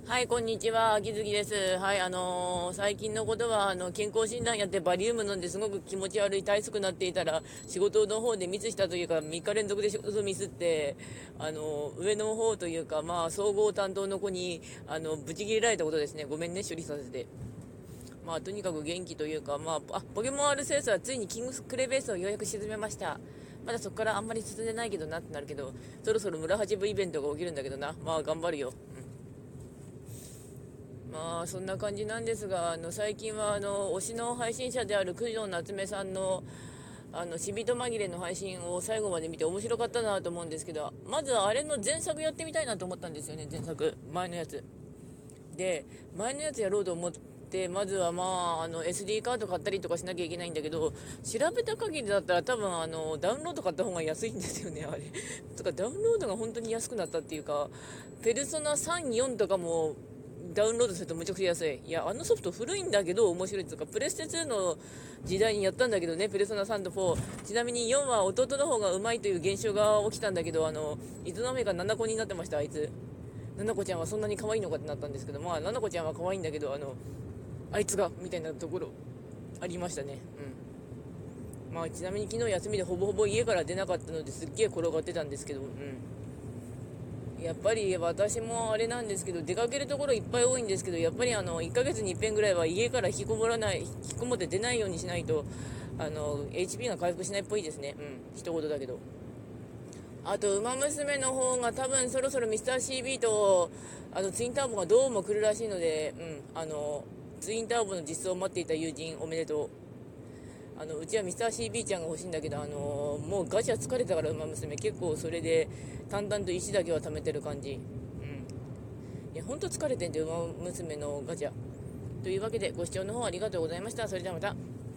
はい、こんにちは。秋月です。はい、最近のことは、健康診断やってバリウム飲んですごく気持ち悪い、体質くなっていたら、仕事の方でミスしたというか、3日連続で仕事ミスって、上の方というか、まあ、総合担当の子に、ブチ切れられたことですね。ごめんね、処理させて。まあ、とにかく元気というか、まあ、ポケモン R セースはついにキングクレベースをようやく沈めました。まだそこからあんまり進んでないけどなってなるけど、そろそろ村八分イベントが起きるんだけどな。まあ、頑張るよ。まあそんな感じなんですが、最近は推しの配信者である九条夏目さんの死人紛れの配信を最後まで見て面白かったなと思うんですけど、まずあれの前作やってみたいなと思ったんですよね。前作前のやつで、前のやつやろうと思って、まずはSD カード買ったりとかしなきゃいけないんだけど、調べた限りだったら多分ダウンロード買った方が安いんですよね、あれ。とかダウンロードが本当に安くなったっていうか、ペルソナ34とかもダウンロードするとむちゃくちゃ安い。いや、あのソフト古いんだけど面白いっていうか、プレステ2の時代にやったんだけどね、ペルソナ3と4。ちなみに4は弟の方がうまいという現象が起きたんだけど、いつの間にか7個になってました、あいつ。ななこちゃんはそんなに可愛いのかってなったんですけど、まあ、ななこちゃんは可愛いんだけど、あいつが、みたいなところ、ありましたね。うん。まあ、ちなみに昨日休みでほぼほぼ家から出なかったのですっげえ転がってたんですけど、うん。やっぱり私もあれなんですけど、出かけるところいっぱい多いんですけど、やっぱり1ヶ月に一遍ぐらいは家から引きこもらない、引きこもって出ないようにしないと、HP が回復しないっぽいですね。うん。一言だけど。あと、ウマ娘の方が多分そろそろミスター CB と、ツインターボがどうも来るらしいので、うん、ツインターボの実装を待っていた友人おめでとう。うちはミスター CB ちゃんが欲しいんだけど、もうガチャ疲れたからウマ娘結構それで淡々と石だけは貯めてる感じ。うん。いや、ほんと疲れてんで、ウマ娘のガチャ。というわけでご視聴の方ありがとうございました。それではまた。